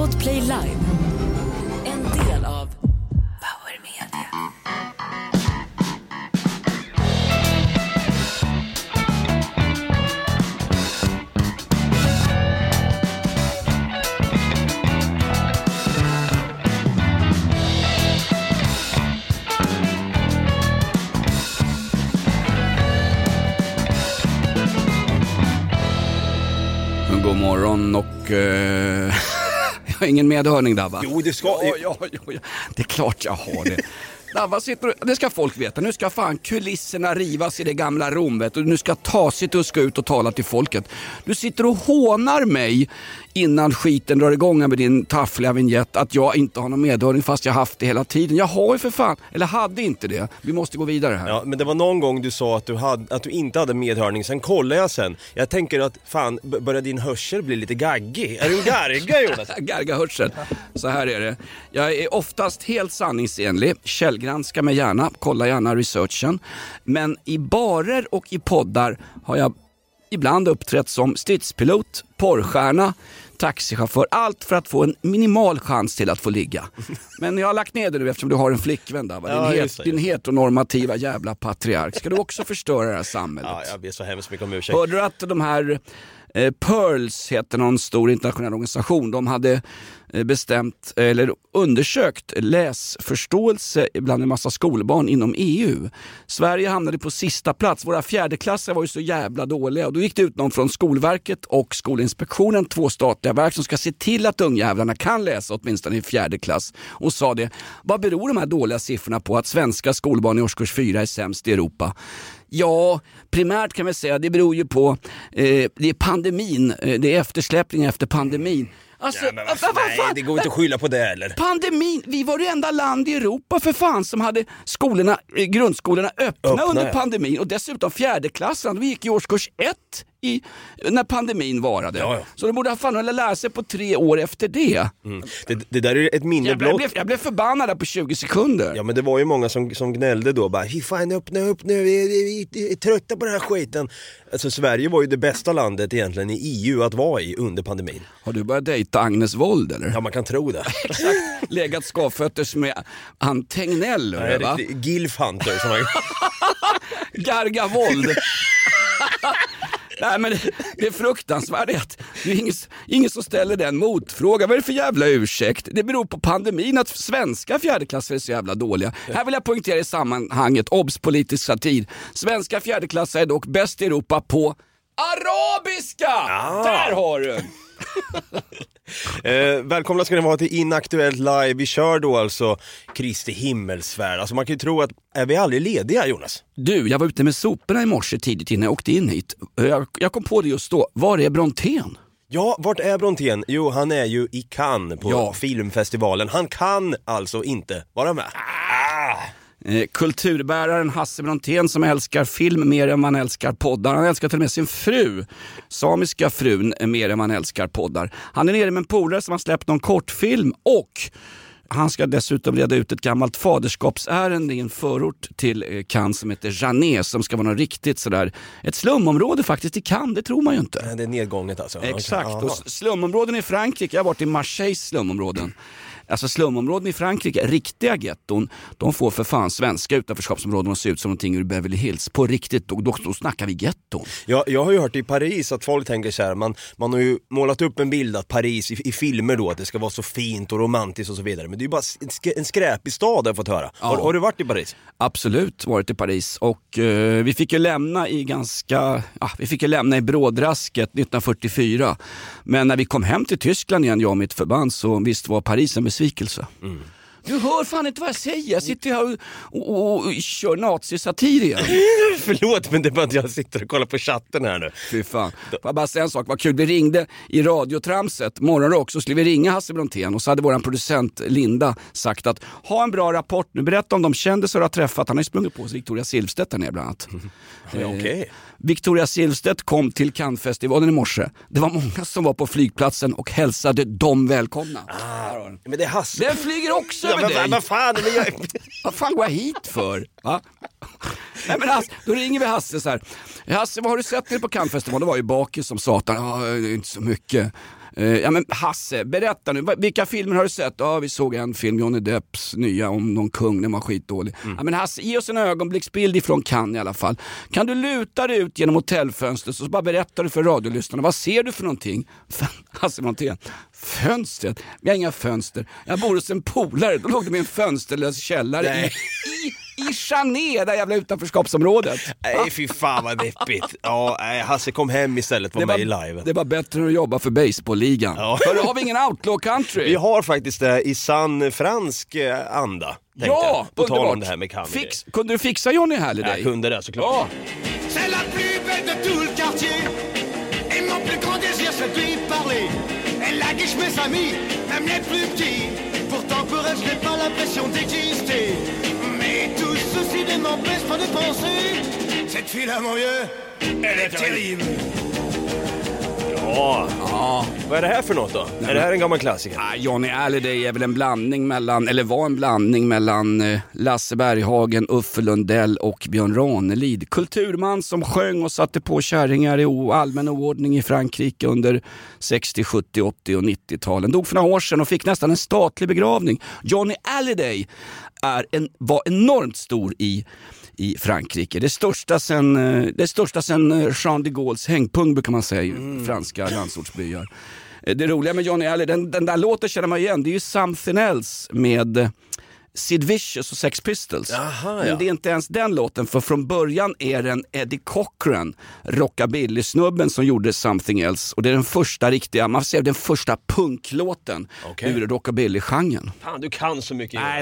Podplay Live. En del av Power Media. God morgon och jag har ingen medhörning där, va? Jo, det ska... Ja, det är klart jag har det. Dabba sitter, det ska folk veta. Nu ska fan kulisserna rivas i det gamla Rom, vet du. Nu ska ta sitt och ska ut och tala till folket. Du sitter och hånar mig innan skiten drar igång med din taffliga vignett att jag inte har någon medhörning fast jag haft det hela tiden. Jag har ju för fan, eller hade inte det. Vi måste gå vidare här. Ja, men det var någon gång du sa att du inte hade medhörning. Sen kollade jag sen. Jag tänker att fan, börjar din hörsel bli lite gaggig? Är du garga, Jonas? Garga hörsel. Så här är det. Jag är oftast helt sanningsenlig. Källgranska mig gärna. Kolla gärna researchen. Men i barer och i poddar har jag ibland uppträtt som stridspilot, porrstjärna, taxichaufför, allt för att få en minimal chans till att få ligga. Men jag har lagt ner det nu eftersom du har en flickvän där, va? Din heteronormativa jävla patriark. Ska du också förstöra det här samhället? Ja, jag ber så hemskt mycket om ursäkt. Hörde du att de här Pearls heter någon stor internationell organisation. De hade bestämt eller undersökt läsförståelse bland en massa skolbarn inom EU. Sverige hamnade på sista plats. Våra fjärdeklassare var ju så jävla dåliga. Och då gick det ut någon från Skolverket och Skolinspektionen, 2 statliga verk som ska se till att ungjävlarna kan läsa åtminstone i 4:e klass. Och sa det, vad beror de här dåliga siffrorna på att svenska skolbarn i årskurs 4 är sämst i Europa? Ja, primärt kan vi säga det beror ju på det är pandemin, det är eftersläppning efter pandemin. Alltså, ja, nej, det går inte att skylla på det heller. Pandemin, vi var det enda land i Europa för fan som hade grundskolorna öppna under pandemin. Och dessutom 4:e klassen, vi gick i årskurs 1 när pandemin varade. Ja. Så de borde ha fan lära sig på 3 år efter det. Det där är ett minne blott. Jag blev förbannad där på 20 sekunder. Ja, men det var ju många som gnällde då. Bara, fan, öppna upp nu, vi är trötta på den här skiten. Alltså, Sverige var ju det bästa landet egentligen i EU att vara i under pandemin. Har du börjat dejta Agnes Wold, eller? Ja, man kan tro det. Exakt, legat skavfötters med Ann Tegnell, va? Gilf Hunter som Garga Wold. Nej, men det är fruktansvärt att det är ingen som ställer den motfrågan. Vad är det för jävla ursäkt? Det beror på pandemin att svenska fjärdeklassare är så jävla dåliga. Här vill jag poängtera i sammanhanget, obs politisk satir. Svenska fjärdeklassare är dock bäst i Europa på arabiska! Där har du! Välkomna ska ni vara till Inaktuellt live. Vi kör då alltså Kristi himmelsfärd. Alltså man kan ju tro att är vi aldrig lediga, Jonas? Du, jag var ute med soporna i morse tidigt innan jag åkte in hit. Jag kom på det just då. Var är Brontén? Ja, vart är Brontén? Jo, han är ju i Cannes på filmfestivalen. Han kan alltså inte vara med. Kulturbäraren Hasse Brontén som älskar film mer än man älskar poddar. Han älskar till och med sin fru, samiska frun, mer än man älskar poddar. Han är nere med en polare som har släppt någon kortfilm och han ska dessutom reda ut ett gammalt faderskapsärende i en förort till Cannes som heter Jeannet, som ska vara något riktigt sådär, ett slumområde faktiskt i Cannes, det tror man ju inte. Det är nedgånget alltså. Exakt, och slumområden i Frankrike, jag har varit i Marseilles slumområden. Alltså slumområden i Frankrike, riktiga getton, de får för fan svenska utanförskapsområden och se ut som någonting ur Beverly Hills. På riktigt, då snackar vi getton. Jag har ju hört i Paris att folk tänker så här, man har ju målat upp en bild att Paris i filmer då, att det ska vara så fint och romantiskt och så vidare. Men det är ju bara en skräpig stad, har jag fått höra. Ja. Har du varit i Paris? Absolut, varit i Paris. Och vi fick ju lämna i brådrasket 1944. Men när vi kom hem till Tyskland igen, jag och mitt förband, så visst var Paris en besvikelse. Du hör fan inte vad jag säger. Jag sitter här och kör nazisatir igen. Förlåt, men det är bara att jag sitter och kollar på chatten här nu. Fy fan. Får jag bara säga en sak, vad kul. Vi ringde i radiotramset morgonrock, så skulle vi ringa Hasse Brontén. Och så hade våran producent Linda sagt att ha en bra rapport nu. Berätta om de kändisar har träffat. Han har ju sprungit på sig Victoria Silvstedt där nere bland annat. Okej. Victoria Silvstedt kom till Cannes-festivalen i morse. Det var många som var på flygplatsen och hälsade dem välkomna. Men det är Hasse. Den flyger också över dig. Vad fan går jag hit för? Va? Nej, men Hasse, då ringer vi Hasse så här. Hasse, vad har du sett på Cannes-festivalen? Det var ju bakis som satan. Ja, det är inte så mycket. Ja men Hasse, berätta nu, vilka filmer har du sett? Ja, vi såg en film, Johnny Depps nya om någon kung, den var skitdålig. Ja men Hasse, ge oss en ögonblicksbild ifrån Cannes i alla fall. Kan du luta dig ut genom hotellfönstret så bara berättar du för radiolyssnarna, vad ser du för någonting? Hasse Montén, fönstret? Vi har inga fönster. Jag bor hos en polare, då låg det med en fönsterlös källare i Chané, där jävla utanförskapsområdet. Nej, fy fan vad deppigt. Ja, Hasse kom hem istället för mig live. Det var bättre än att jobba för baseballligan. Ja. För har vi ingen outlaw country? Vi har faktiskt det i sann fransk anda. Ja, på tal om det här med Cannes. Kunde du fixa Johnny Halliday? Jag kunde det såklart. Ja. C'est la plus belle de tout le quartier. Et mon plus grand désir c'est de lui parler. Elle a guiche mes amis, même les plus petits. Pourtant pour elle je n'ai pas l'impression d'exister. Mais tout ceci ne m'empêche pas de penser. Cette fille-là mon vieux, elle est terrible. Ja. Vad är det här för något då? Är det här en gammal klassiker? Johnny Halliday är väl en blandning mellan, eller var en blandning mellan Lasse Berghagen, Uffe Lundell och Björn Ranelid. Kulturman som sjöng och satte på kärringar i allmän oordning i Frankrike under 60, 70, 80 och 90-talen. Dog för några år sedan och fick nästan en statlig begravning. Johnny Halliday var enormt stor i Frankrike. Det största sen Jean de Gaulles hängpung brukar man säga i franska landsortsbyar. Det roliga med Johnny Halliday, den där låten känner man igen, det är ju Something Else med Sid Vicious och Sex Pistols. Aha, men det är inte ens den låten, för från början är den Eddie Cochran, rockabilly-snubben, som gjorde Something Else, och det är den första riktiga, man ser den första punklåten ur rockabilly-genren. Fan, du kan så mycket. Nej.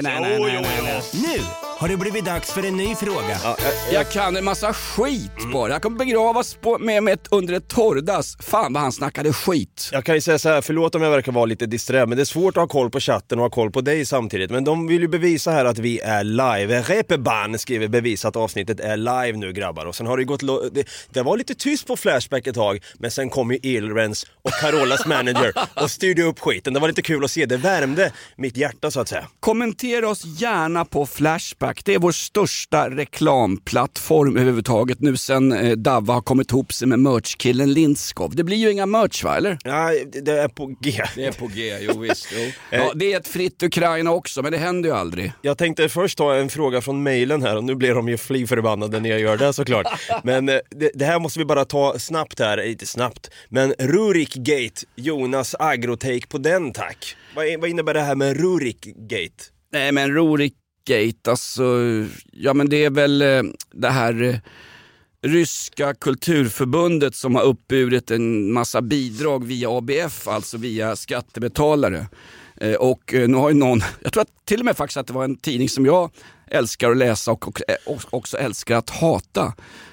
Nu har det blivit dags för en ny fråga. Jag kan en massa skit bara. Jag kommer begravas med under ett torrdass. Fan vad han snackade skit. Jag kan ju säga så här, förlåt om jag verkar vara lite disträ, men det är svårt att ha koll på chatten och ha koll på dig samtidigt. Men de vill ju bevisa här att vi är live. Reeperbahn skriver bevisa att avsnittet är live nu, grabbar. Och sen har det gått det var lite tyst på Flashback ett tag, men sen kom ju Ilrens och Carolas manager och styrde upp skiten. Det var lite kul att se, det värmde mitt hjärta så att säga. Kommentera oss gärna på Flashback. Det är vår största reklamplattform överhuvudtaget nu sen Davva har kommit ihop sig med merchkillen Lindskov. Det blir ju inga merch, va, eller? Ja, det är på G. Det är på G, jo visst. Jo. Ja, det är ett fritt Ukraina också, men det händer ju aldrig. Jag tänkte först ta en fråga från mejlen här, och nu blir de ju fly förbannade när jag gör det såklart. Men det här måste vi bara ta snabbt här, inte snabbt. Men Rurik Gate, Jonas agrotake på den, tack. Vad innebär det här med Rurik Gate? Nej, men Rurik Gate, alltså, ja men det är väl det här ryska kulturförbundet som har uppburit en massa bidrag via ABF, alltså via skattebetalare. Och nu har ju någon, jag tror att till och med faktiskt att det var en tidning som jag älskar att läsa och också älskar att hata.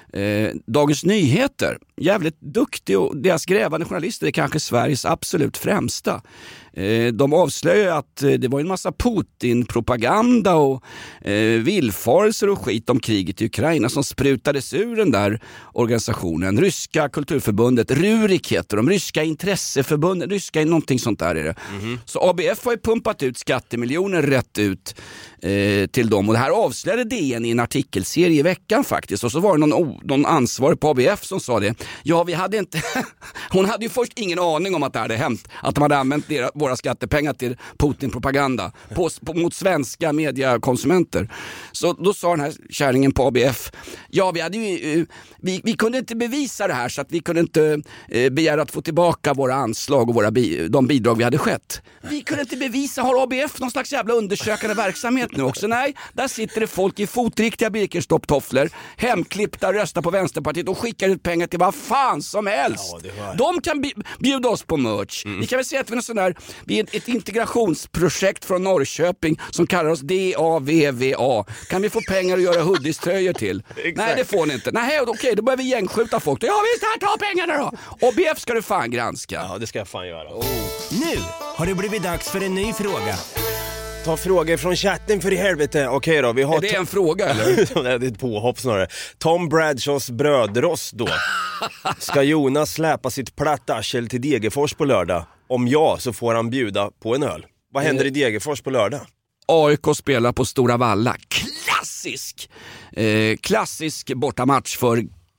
Dagens Nyheter, jävligt duktig, och deras grävande journalister är kanske Sveriges absolut främsta. De avslöjar att det var en massa Putin-propaganda och villfarelser och skit om kriget i Ukraina som sprutades ur den där organisationen. Ryska kulturförbundet, Rurik heter de, ryska intresseförbundet, ryska någonting sånt där är det. Så ABF har ju pumpat ut skattemiljoner rätt ut till dem, och det här avslöjade DN i en artikelserie i veckan faktiskt, och så var det någon ansvarig på ABF som sa det. Ja, vi hade inte hon hade ju först ingen aning om att det hade hänt, att de hade använt våra skattepengar till Putin-propaganda mot svenska mediekonsumenter. Så då sa den här kärringen på ABF, ja vi hade ju vi kunde inte bevisa det här, så att vi kunde inte begära att få tillbaka våra anslag och de bidrag vi hade skett. Vi kunde inte bevisa, har ABF någon slags jävla undersökande verksamhet nu också? Nej, där sitter det folk i fotriktiga Birkenstock-tofflor, hemklippta, röstar på Vänsterpartiet och skickar ut pengar till vad fan som helst. Ja, de kan bjuda oss på merch. Vi kan väl säga att vi är sån där, vi är ett integrationsprojekt från Norrköping som kallar oss DAVVA. Kan vi få pengar att göra hoodies-tröjor till? Nej, det får ni inte. Nej, okej, då börjar vi gängskjuta folk. Ja visst, här, ta pengarna då. ABF ska du fan granska. Ja, det ska jag fan göra. Nu har det blivit dags för en ny fråga. Ta frågor från chatten för i helvete. Okej då, vi har... Är det en fråga eller? Det är ett påhopp snarare. Tom Bradshaws brödrost då. Ska Jonas släpa sitt plattarsel till Degerfors på lördag? Om ja, så får han bjuda på en öl. Vad händer i Degerfors på lördag? AIK spelar på Stora Valla. Klassisk bortamatch för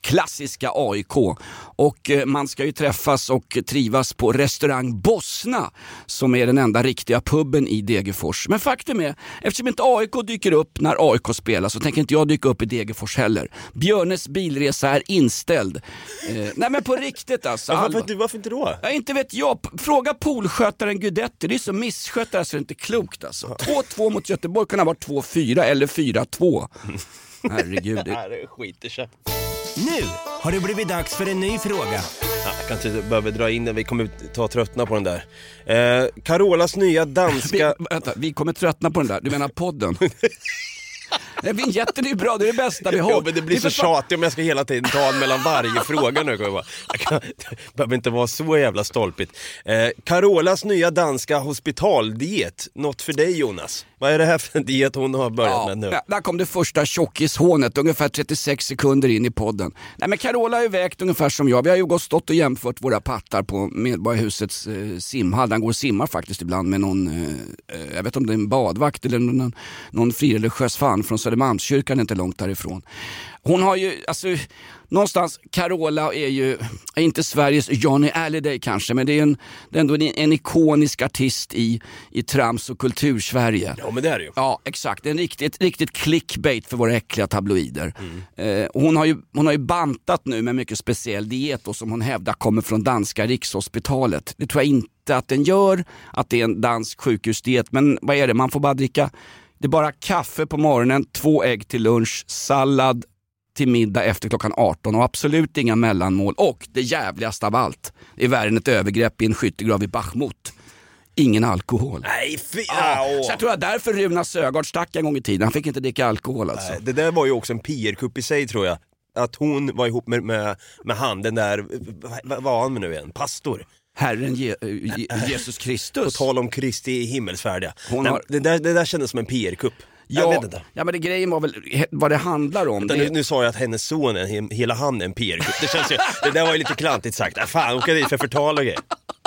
klassiska AIK. Och man ska ju träffas och trivas på restaurang Bosna som är den enda riktiga puben i Degerfors. Men faktum är, eftersom inte AIK dyker upp när AIK spelar så tänker inte jag dyka upp i Degerfors heller. Björnes bilresa är inställd. Nej men på riktigt alltså. Varför inte då? Ja, inte vet jag. Fråga poolskötaren Gudetti. Det är så misskötare så det är inte klokt alltså. 2-2 mot Göteborg kunde ha varit 2-4 eller 4-2. Herregud. Det här är skit i sig. Nu har det blivit dags för en ny fråga. Ja, jag kanske behöver dra in den, vi kommer ta tröttna på den där. Carolas nya danska... Vi kommer tröttna på den där, du menar podden? Vinjetten är ju bra, det är det bästa vi har. Ja, men det blir så tjatigt om jag ska hela tiden ta mellan varje fråga nu. Jag behöver inte vara så jävla stolpigt. Carolas nya danska hospitaldiet. Något för dig, Jonas? Vad är det här för en diet hon har börjat med nu? Ja, där kom det första tjockishånet ungefär 36 sekunder in i podden. Nej, men Carola har ju vägt ungefär som jag. Vi har ju stått och jämfört våra pattar på Medborgarhusets simhall. Han går och simmar faktiskt ibland med någon, jag vet om det är en badvakt eller någon frireligiös fan från Södermalmskyrkan inte långt därifrån. Hon har ju, alltså någonstans, Carola är inte Sveriges Johnny Hallyday kanske, men det är ändå en ikonisk artist i trams- och kultursverige. Ja, men det är det ju. Ja, exakt. Ett riktigt clickbait för våra äckliga tabloider. Hon har ju bantat nu med mycket speciell diet och som hon hävdar kommer från danska Rikshospitalet. Det tror jag inte att den gör, att det är en dansk sjukhusdiet, men vad är det? Man får bara dricka, det är bara kaffe på morgonen, 2 ägg till lunch, sallad till middag efter klockan 18 och absolut inga mellanmål. Och det jävligaste av allt, det är värre än ett övergrepp i en skyttegrav i Bachmut. Ingen alkohol. Nej, så jag tror att därför Runa Sögaard stack en gång i tiden. Han fick inte dricka alkohol alltså. Nej, det där var ju också en PR-kupp i sig, tror jag. Att hon var ihop med han, den där, vad var han med nu igen? Pastor. Herren Jesus Kristus. På tal om Kristi himmelsfärdiga. Det där kändes som en PR-kupp. Ja, men det grejen var väl vad det handlar om. Nu sa jag att hennes son är hela han är en PR-kupp. Det känns ju, det där var ju lite klantigt sagt. Fan, åka dit för förtal och grejer.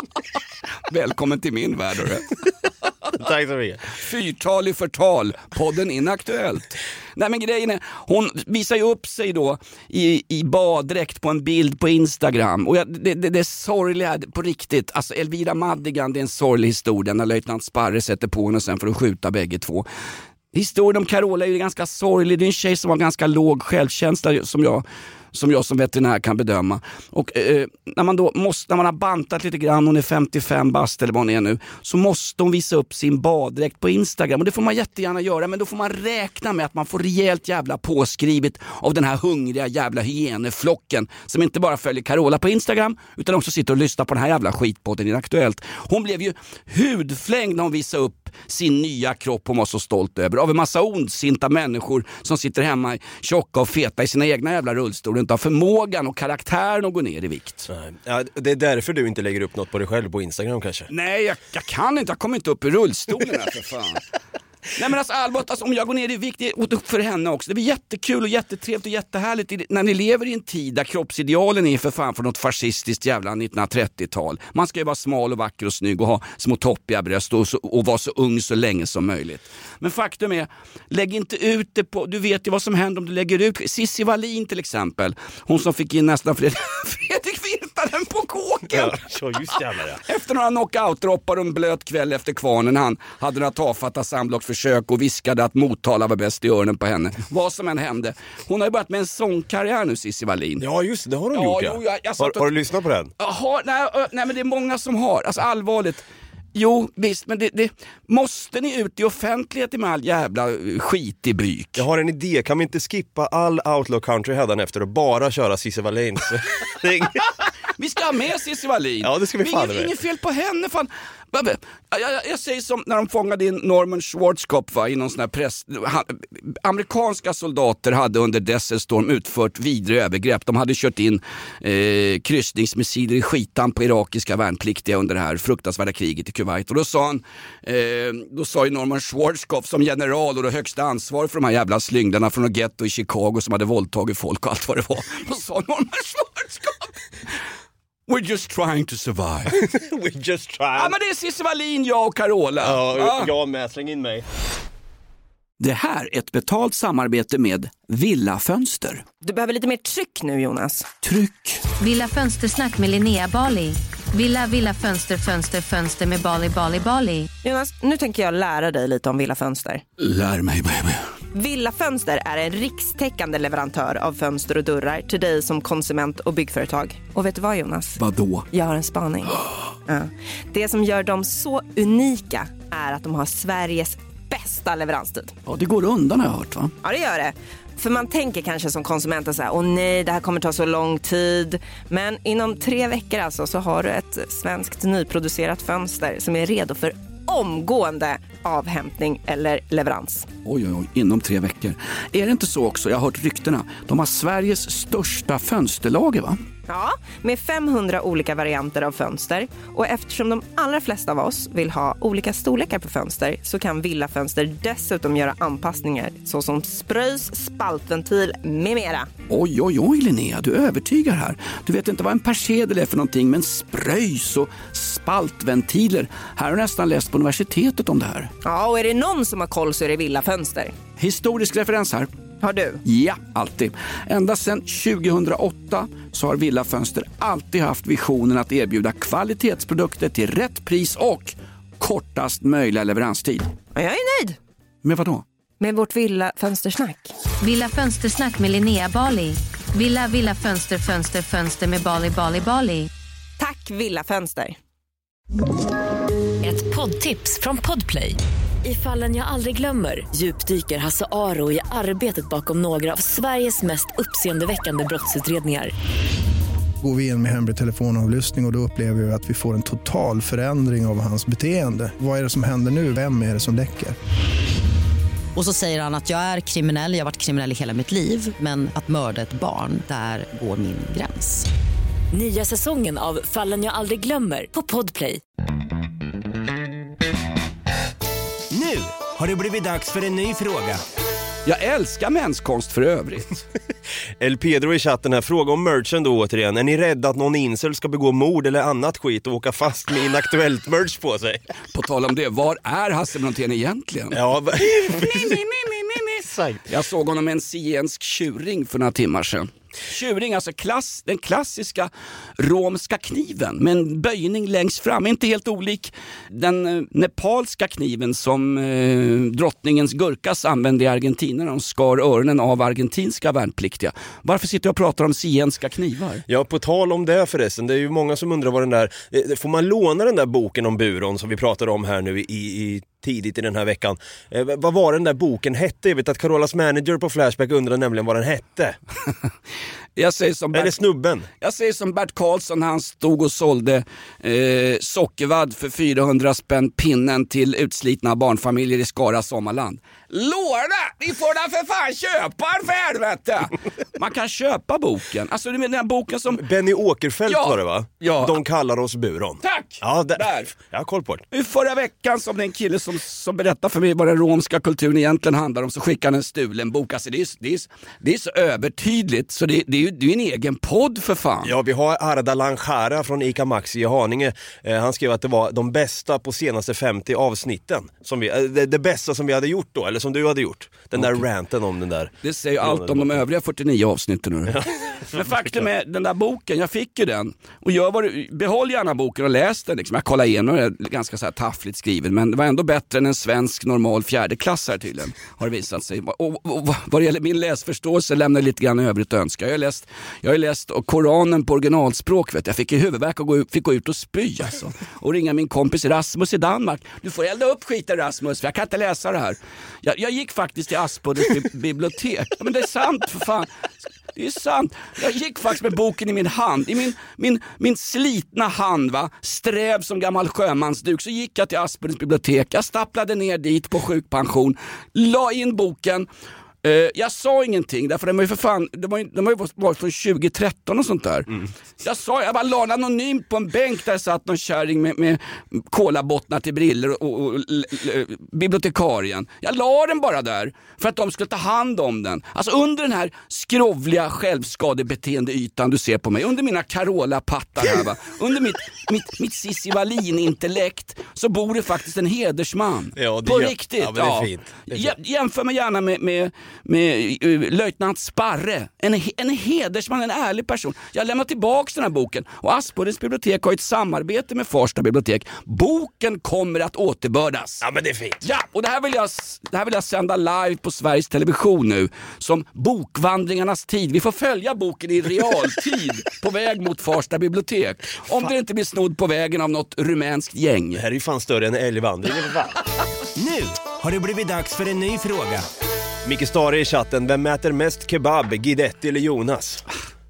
Välkommen till min värld. Tack så mycket. Fyrtal i förtal, podden Inaktuellt. Nej, men grejen är, hon visar ju upp sig då i baddräkt på en bild på Instagram. Och det är sorgliga på riktigt. Alltså Elvira Madigan, det är en sorglig historia när löjtnant Sparre sätter på henne och sen för att skjuta bägge två. Historien om Carola är ju ganska sorglig. Det är en tjej som har ganska låg självkänsla som jag som veterinär kan bedöma. Och när man har bantat lite grann, hon är 55 bast eller vad hon är nu, så måste hon visa upp sin baddräkt på Instagram. Och det får man jättegärna göra, men då får man räkna med att man får rejält jävla påskrivet av den här hungriga jävla hyeneflocken som inte bara följer Carola på Instagram utan också sitter och lyssnar på den här jävla skitpodden Inaktuellt. Hon blev ju hudflängd när hon visade upp sin nya kropp hon var så stolt över av en massa ondsinta människor som sitter hemma tjocka och feta i sina egna jävla rullstolar och inte har förmågan och karaktären att gå ner i vikt. Ja, det är därför du inte lägger upp något på dig själv på Instagram kanske? Nej, jag kan inte, jag kommer inte upp i rullstolen här för fan. Nej, men alltså allvarligt, alltså, om jag går ner i vikt, det är för henne också. Det blir jättekul och jättetrevligt och jättehärligt när ni lever i en tid där kroppsidealen är för fan för något fascistiskt jävla 1930-tal. Man ska ju vara smal och vacker och snygg och ha små toppiga bröst och vara så ung så länge som möjligt. Men faktum är, lägg inte ut det på, du vet ju vad som händer om du lägger ut. Cissi Wallin till exempel, hon som fick in nästan Fredrik Virtanen på kåken. Ja, just jävlar, ja. Efter några knockout-droppar och en blöt kväll efter kvarnen, han hade några tafatta samblocksförsök och viskade att Motala var bäst i öronen på henne. Vad som än hände. Hon har ju börjat med en sångkarriär nu, Cissi Wallin. Ja, just det har hon gjort. Ja. Har du lyssnat på den? Nej, men det är många som har. Alltså allvarligt. Jo, visst, men det måste ni ut i offentligheten med all jävla skit i byk. Jag har en idé, kan vi inte skippa all Outlaw Country hädan efter och bara köra Cissi Wallin? Vi ska ha med Cissi Wallin. Ja, det ska vi fan med. Inget fel på henne, fan. Jag säger som när de fångade in Norman Schwarzkopf i någon sån här press. Amerikanska soldater hade under Desert Storm utfört vidre övergrepp. De hade kört in kryssningsmissiler i skitan på irakiska värnpliktiga under det här fruktansvärda kriget i Kuwait. Och då sa ju Norman Schwarzkopf som general och det högsta ansvar för de här jävla slyngdarna från ghetto i Chicago som hade våldtagit folk och allt vad det var. Då sa Norman Schwarzkopf: we're just trying to survive. We're just trying. Ja, men det är Cissi Wallin, jag och Carola. Ja, jag med. Släng in mig. Det här är ett betalt samarbete med Villa Fönster. Du behöver lite mer tryck nu, Jonas. Tryck! Villa Fönstersnack med Linnea Bali. Villa fönster med Bali. Jonas, nu tänker jag lära dig lite om Villa Fönster. Lär mig, baby. Villa Fönster är en rikstäckande leverantör av fönster och dörrar till dig som konsument och byggföretag. Och vet du vad, Jonas? Vadå? Jag har en spaning. Ja. Det som gör dem så unika är att de har Sveriges bästa leveranstid. Ja, det går undan har jag hört, va? Ja, det gör det. För man tänker kanske som konsument så här, åh nej, det här kommer ta så lång tid. Men inom 3 veckor alltså så har du ett svenskt nyproducerat fönster som är redo för omgående avhämtning eller leverans. Oj, inom 3 veckor. Är det inte så också? Jag har hört ryktena. De har Sveriges största fönsterlager, va? Ja, med 500 olika varianter av fönster. Och eftersom de allra flesta av oss vill ha olika storlekar på fönster så kan Villa Fönster dessutom göra anpassningar såsom spröjs, spaltventil med mera. Oj, Linnea, du övertygar här. Du vet inte vad en persedel är för någonting, men spröjs och spaltventiler. Här har jag nästan läst på universitetet om det här. Ja, och är det någon som har koll så är det Villa Fönster. Historisk referens här. Har du? Ja, alltid. Ända sedan 2008 så har Villa Fönster alltid haft visionen att erbjuda kvalitetsprodukter till rätt pris och kortast möjliga leveranstid. Ja, jag är nöjd. Med vad då? Med vårt Villa Fönstersnack. Villa Fönstersnack med Linnea Bali. Villa fönster med Bali. Tack Villa Fönster. Ett poddtips från Podplay. I Fallen jag aldrig glömmer djupdyker Hasse Aro i arbetet bakom några av Sveriges mest uppseendeväckande brottsutredningar. Går vi in med hemlig telefonavlyssning och då upplever vi att vi får en total förändring av hans beteende. Vad är det som händer nu? Vem är det som läcker? Och så säger han att jag är kriminell, jag har varit kriminell i hela mitt liv. Men att mörda ett barn, där går min gräns. Nya säsongen av Fallen jag aldrig glömmer på Podplay. Nu har det blivit dags för en ny fråga. Jag älskar menskonst för övrigt. El Pedro i chatten här, fråga om merchen då återigen. Är ni rädda att någon incel ska begå mord eller annat skit och åka fast med inaktuellt merch på sig? På tal om det, var är Hasse Brontén egentligen? Ja, Jag såg honom med en zigensk tjuring för några timmar sedan. Tjuring, alltså den klassiska romska kniven med en böjning längst fram, inte helt olik den nepalska kniven som drottningens Gurkas använde i Argentina när de skar öronen av argentinska värnpliktiga. Varför sitter jag och pratar om zigenska knivar? Ja, på tal om det förresten, det är ju många som undrar vad den där, får man låna den där boken om buron som vi pratade om här nu i tidigt i den här veckan. Vad var den där boken hette? Jag vet att Carolas manager på Flashback undrar nämligen vad den hette. Jag säger som Eller snubben. Jag säger som Bert Karlsson, han stod och sålde sockervadd för 400 spänn pinnen till utslitna barnfamiljer i Skara Sommarland. Låna! Vi får da för fan köpa den för helvete! Man kan köpa boken. Alltså det är den här boken som... Benny Åkerfeldt var det, va? Ja. De kallar oss buron. Tack! Ja, där. Jag har koll på det. Förra veckan som den kille som berättade för mig vad den romska kulturen egentligen handlar om, så skickade han en stulen bok. Alltså det är så övertydligt så det är ju en egen podd för fan. Ja, vi har Ardalan Shara från Ica Maxi i Haninge. Han skrev att det var de bästa på senaste 50 avsnitten som det bästa som vi hade gjort då, eller som du hade gjort. Den där ranten om den där. Det säger allt om de övriga 49 avsnitten nu. Men faktum är, den där boken, jag fick ju den. Och behåll gärna boken och läs den. Liksom. Jag kollade igenom det, ganska så här taffligt skriven. Men det var ändå bättre än en svensk normal fjärdeklassare tydligen, har det visat sig. Och vad det gäller min läsförståelse lämnar lite grann övrigt att önska. Jag har läst Koranen på originalspråk, vet jag. fick i huvudvärk och fick gå ut och spy alltså. Och ringa min kompis Rasmus i Danmark. Du får elda upp skiten, Rasmus, för jag kan inte läsa det här. Jag gick faktiskt till Aspoddes bibliotek. Men det är sant för fan. Det är sant. Jag gick faktiskt med boken i min hand. I min slitna hand, va? Sträv som gammal sjömansduk. Så gick jag till Aspoddes bibliotek. Jag stapplade ner dit på sjukpension. La in boken. Jag sa ingenting, därför de har ju för fan, de har ju varit från 2013 och sånt där. Jag bara la anonymt på en bänk där satt någon kärring med kolabottnar till briller och bibliotekarien. Jag la den bara där för att de skulle ta hand om den. Alltså under den här skrovliga självskadebeteendeeytan du ser på mig, under mina Carola-pattar här, va? Under mitt Cissi Wallin-intellekt så bor det faktiskt en hedersman. Ja, på riktigt. Ja, men det är fint. Jämför mig gärna med löjtnant Sparre. En hedersman, en ärlig person. Jag lämnar tillbaka den här boken. Och Aspudens bibliotek har ett samarbete med Farsta bibliotek. Boken kommer att återbördas. Ja, men det är fint. Ja, och det här vill jag sända live på Sveriges Television nu. Som bokvandringarnas tid. Vi får följa boken i realtid på väg mot Farsta bibliotek. Om det inte blir snodd på vägen av något rumänskt gäng. Det här är ju fan större än älgvandringen. Nu har det blivit dags för en ny fråga. Micke Stare i chatten, vem äter mest kebab, Guidetti eller Jonas?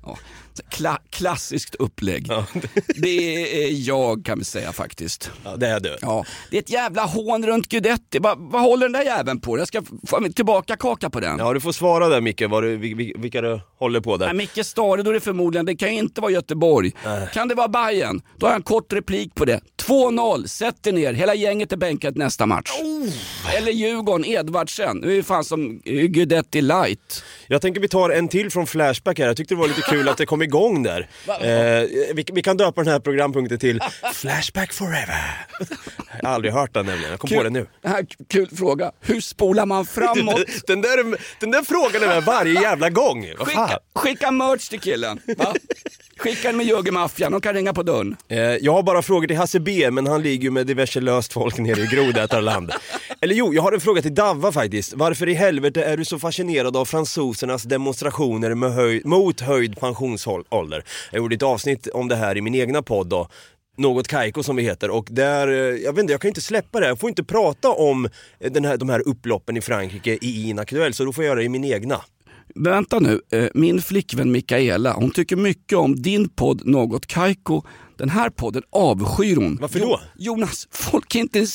Klassiskt upplägg. Ja. Det är jag, kan vi säga faktiskt. Ja, det är du. Ja, det är ett jävla hån runt Guidetti. Vad håller den där jäveln på? Jag ska få tillbaka kaka på den. Ja, du får svara där, Micke, vilka du håller på där. Nej, Micke Stare, då är det förmodligen, det kan ju inte vara Göteborg. Kan det vara Bayern? Då har jag en kort replik på det. 2-0, sätt er ner. Hela gänget är bänkat nästa match. Eller Djurgården, Edvardsen. Nu är det fan som Guidetti light. Jag tänker vi tar en till från Flashback här. Jag tyckte det var lite kul att det kom igång där. Vi kan döpa den här programpunkten till Flashback Forever. Jag har aldrig hört den nämligen, jag kom på det nu. Kul fråga, hur spolar man framåt? den där frågan är med varje jävla gång. Skicka merch till killen, va? Skicka den med Jögermaffian, de kan ringa på dörren. Jag har bara frågor till Hasse B, men han ligger ju med diverse löst folk nere i Grodätarland. Eller jo, jag har en fråga till Davva faktiskt. Varför i helvete är du så fascinerad av fransosernas demonstrationer mot höjd pensionsålder? Jag gjorde ett avsnitt om det här i min egna podd då. Något Kaiko som vi heter, och där, jag vet inte, jag kan inte släppa det. Jag får inte prata om de här upploppen i Frankrike i Inaktuell, så då får jag göra det i min egna. Vänta nu, min flickvän Mikaela, hon tycker mycket om din podd Något Kaiko. Den här podden avskyr hon. Varför då? Jonas, folk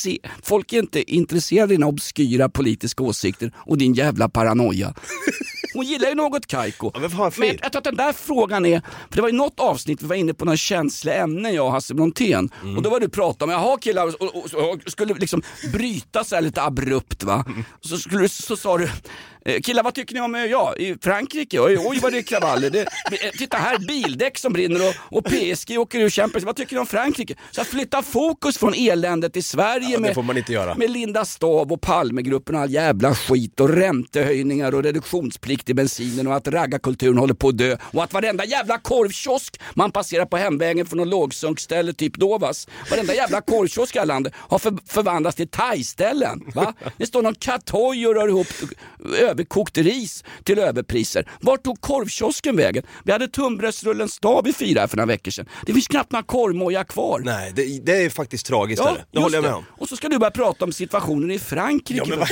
är inte intresserade av dina obskyra politiska åsikter och din jävla paranoia. Hon gillar ju Något Kaiko. Ja, men jag tror att den där frågan är, för det var ju något avsnitt vi var inne på några känsliga ämnen, jag och Hasse Brontén. Och då var du prata om, jaha killar, och skulle liksom bryta så här lite abrupt, va? Så sa du, killar, vad tycker ni om i Frankrike? Oj vad det är kravaller. Titta här, bildäck som brinner och PSG åker ur Champions. Vad tycker ni om Frankrike? Så att flytta fokus från eländet i Sverige det får man inte göra. Med Linda Stav och Palmegruppen och all jävla skit och räntehöjningar och reduktionsplikt i bensinen och att raggarkulturen håller på att dö och att varenda jävla korvkiosk man passerar på hemvägen från någon lågsunkställe typ Dovas, varenda jävla korvkiosk i landet har förvandlats till thai-ställen, va? Det står någon katoj och rör ihop överkokt ris till överpriser. Vart tog korvkiosken vägen? Vi hade tunnbrödsrullen Stav i 4 för några veckor sedan. Det finns knappt några korvmoja kvar. Nej, det är faktiskt tragiskt. Ja, det håller jag med om. Och så ska du börja prata om situationen i Frankrike. Ja, men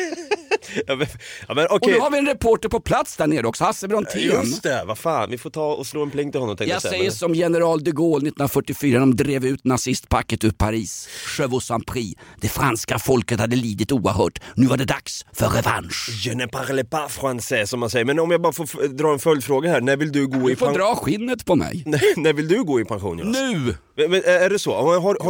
okay. Och nu har vi en reporter på plats där nere också, Hasse Brontén. Just det, vad fan, vi får ta och slå en pling till honom. Jag säger som general de Gaulle 1944, de drev ut nazistpacket ur Paris. Chevaux sans prix. Det franska folket hade lidit oerhört. Nu var det dags för revansch. Je ne parle pas français, som man säger. Men om jag bara får dra en följdfråga här, när vill du gå i pension? Du får dra skinnet på mig. När vill du gå i pension, Jonas? Nu! Men är det så?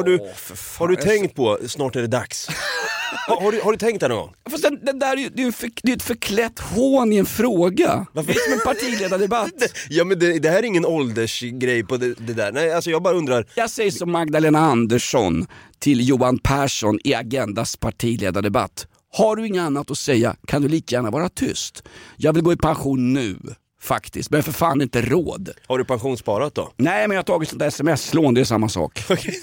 Har du tänkt på, snart är det dags? Har du tänkt det någon gång? Fast den där är ju ett förklätt hån i en fråga. Varför? Det är som en partiledardebatt. Ja, men det här är ingen åldersgrej på det där. Nej, alltså jag bara undrar. Jag säger som Magdalena Andersson till Johan Persson i Agendas partiledardebatt. Har du inget annat att säga kan du lika gärna vara tyst. Jag vill gå i pension nu. Faktiskt, men för fan inte råd. Har du pensionssparat då? Nej, men jag har tagit sånt där sms-lån, det är samma sak. Okay.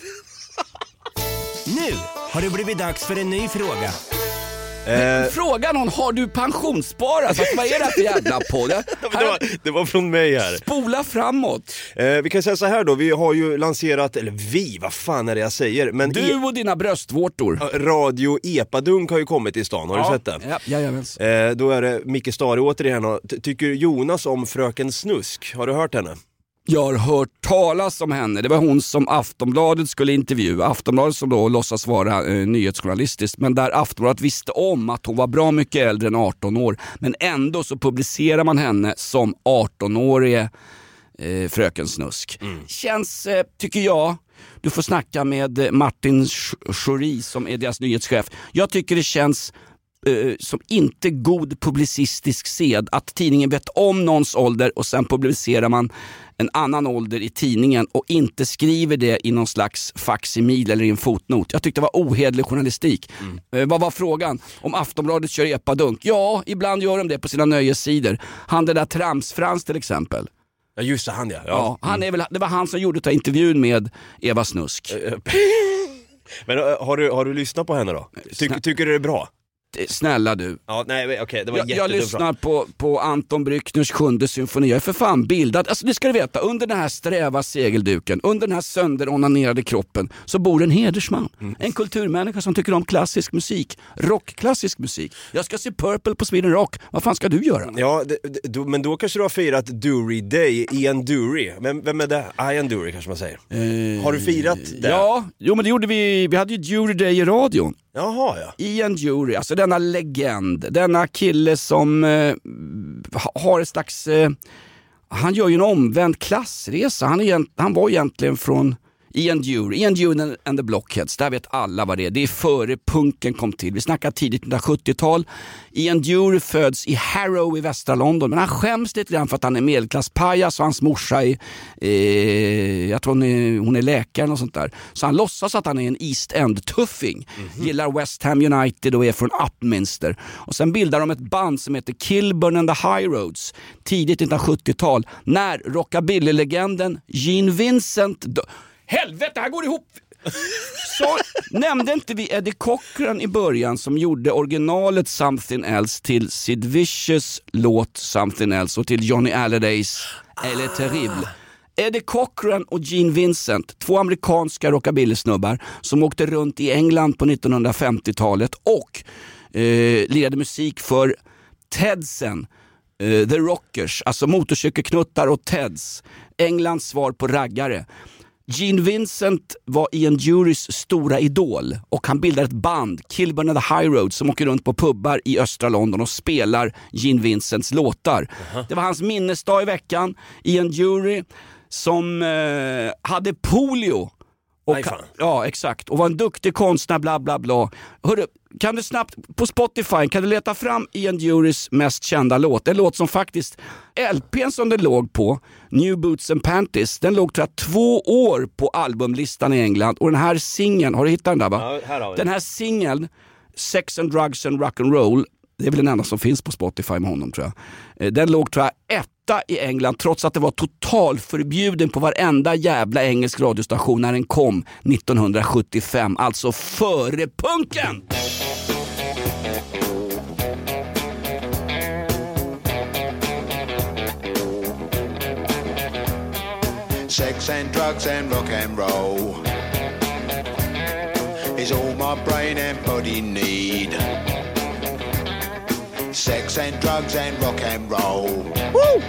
Nu har det blivit dags för en ny fråga. Fråga någon, har du pensionssparat? Alltså, vad är det för jävla på det? Det var från mig här. Spola framåt. Vi kan säga så här då, vi har ju lanserat, eller vad fan är det jag säger? Men du och dina bröstvårtor. Radio Epadunk har ju kommit till stan, har du sett den? Ja, då är det Micke Stare återigen. Tycker Jonas om Fröken Snusk? Har du hört henne? Jag har hört talas om henne. Det var hon som Aftonbladet skulle intervjua. Aftonbladet som då låtsas vara nyhetsjournalistiskt. Men där Aftonbladet visste om att hon var bra mycket äldre än 18 år. Men ändå så publicerar man henne som 18-årige fröken Snusk. Känns, tycker jag, du får snacka med Martin Schori som är deras nyhetschef. Jag tycker det känns som inte god publicistisk sed att tidningen vet om någons ålder och sen publicerar man en annan ålder i tidningen och inte skriver det i någon slags facsimil eller i en fotnot. Jag tyckte det var ohederlig journalistik. Vad var frågan? Om Aftonbladet kör epadunk? Ja, ibland gör de det på sina nöjessidor. Han det där Tramsfrans till exempel. Ja, just det, han ja. Han är väl, det var han som gjorde ta intervjun med Eva Snusk. Men har du lyssnat på henne då? Tycker du det är bra? Snälla du. Ja, nej, okej, det var jag lyssnar på Anton Brückners 7:e symfoni. Jag är för fan bildad. Alltså det ska du veta, under den här sträva segelduken, under den här sönderonanerade kroppen så bor en hedersman. En kulturmänniska som tycker om klassisk musik. Rockklassisk musik. Jag ska se Purple på Sweden Rock. Vad fan ska du göra? Ja, men då kanske du har firat Dury Day, Ian Dury. Men vem är det? Ian Dury kanske man säger. Har du firat det? Ja, jo men det gjorde vi. Vi hade ju Dury Day i radion. Jaha, ja. Ian Dury, alltså denna legend, denna kille som har ett slags, han gör ju en omvänd klassresa. Han var egentligen från Ian Dury and the Blockheads, där vet alla vad det är. Det är före punken kom till. Vi snackar tidigt 1970-tal. Ian Dury föds i Harrow i västra London, men han skäms lite grann för att han är medelklasspajas och hans morsa är, jag tror hon är läkare och sånt där. Så han låtsas att han är en East End-tuffing. Gillar West Ham United och är från Upminster. Och sen bildar de ett band som heter Kilburn and the High Roads tidigt 1970-tal, när rockabilly-legenden Gene Vincent helvete, här går det ihop. Så nämnde inte vi Eddie Cochran i början som gjorde originalet Something Else till Sid Vicious låt Something Else och till Johnny Hallidays Elle Terrible. Eddie Cochran och Gene Vincent, två amerikanska rockabilly-snubbar som åkte runt i England på 1950-talet och lirade musik för Tedsen, The Rockers, alltså motorcykelknuttar och Teds, Englands svar på raggare. Gene Vincent var Ian Durys stora idol och han bildade ett band, Kilburn and the High Road, som åker runt på pubbar i östra London och spelar Gene Vincents låtar. Det var hans minnesdag i veckan. Ian Dury som hade polio. Och ja, exakt. Och var en duktig konstnär, bla bla bla. Hörru, kan du snabbt på Spotify kan du leta fram Ian Durys mest kända låt? En låt som faktiskt LPn som den låg på, New Boots and Panties, den låg tror jag 2 år på albumlistan i England. Och den här singeln, har du hittat den där va? Ja, här har vi. Den här singeln, Sex and Drugs and Rock and Roll, det är väl den enda som finns på Spotify med honom tror jag. Den låg tror jag 1 i England trots att det var totalförbjuden på varenda jävla engelsk radiostation när den kom 1975, alltså före punken. Sex and drugs and rock and roll is all my brain and body need. Sex and drugs and rock and roll. Woo!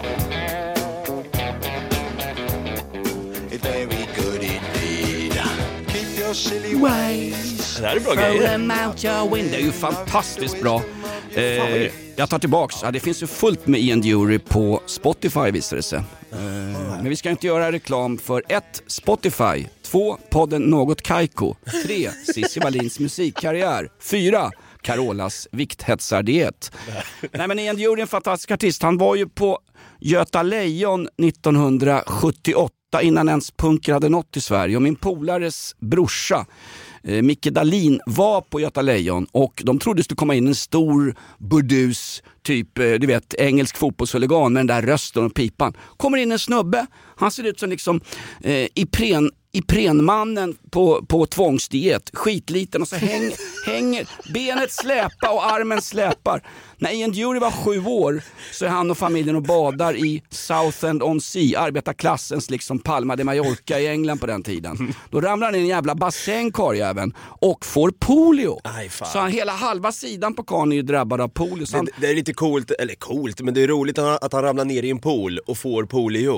It's very good indeed. Keep your silly ways. Det här är bra grejer. Det är ju fantastiskt bra. Jag tar tillbaks. Ja, det finns ju fullt med Ian Dury på Spotify visar det sig. Men vi ska inte göra reklam för 1. Spotify, 2. podden Något Kaiko, 3. Cissi Wallins musikkarriär, 4. Carolas vikthetsardiet. Nej men Ian Dury är en fantastisk artist. Han var ju på Göta Lejon 1978 innan ens punker hade nått i Sverige. Och min polares brorsa Micke Dahlin var på Göta Lejon och de trodde det skulle komma in en stor burdus, typ du vet engelsk fotbollshuligan med den där rösten och pipan. Kommer in en snubbe, han ser ut som liksom Iprenmannen på tvångsdiet, skitliten och så hänger benet släpar och armen släpar. När Ian Dury var 7 år så är han och familjen och badar i Southend-on-Sea, arbetarklassens liksom Palma de Mallorca i England på den tiden. Då ramlar han i en jävla bassäng, karjäveln, och får polio. Så han, hela halva sidan på karn är ju drabbad av polio. Det är lite coolt, men det är roligt att han ramlar ner i en pool och får polio.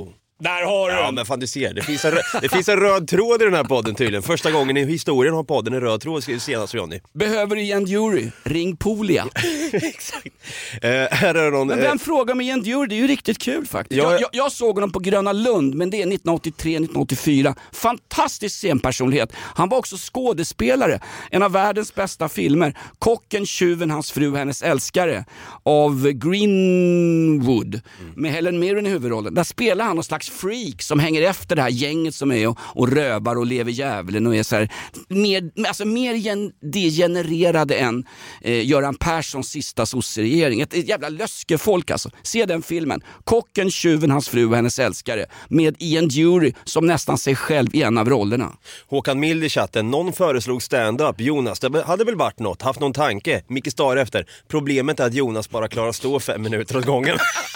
Där har du. Ja, men fan, du ser. Det finns en röd tråd i den här podden tydligen. Första gången i historien har podden en röd tråd, ska vi senast, Johnny. Behöver du Ian Dury? Ring Polia. Exakt. Här är någon, men den frågan med Ian Dury, det är ju riktigt kul faktiskt. Jag såg honom på Gröna Lund, men det är 1983-1984. Fantastisk scenpersonlighet. Han var också skådespelare. En av världens bästa filmer. Kocken, tjuven, hans fru, hennes älskare. Av Greenwood. Med Helen Mirren i huvudrollen. Där spelar han någon slags freak som hänger efter det här gänget som är och rövar och lever djävulen och är så här, mer degenererade än Göran Perssons sista sosseregering. Ett jävla löskefolk alltså. Se den filmen. Kocken, tjuven, hans fru och hennes älskare. Med Ian Dury som nästan sig själv i en av rollerna. Håkan Mild i chatten. Någon föreslog stand-up. Jonas, det hade väl varit något. Haft någon tanke. Micke Star efter. Problemet är att Jonas bara klarar stå 5 minuter åt gången.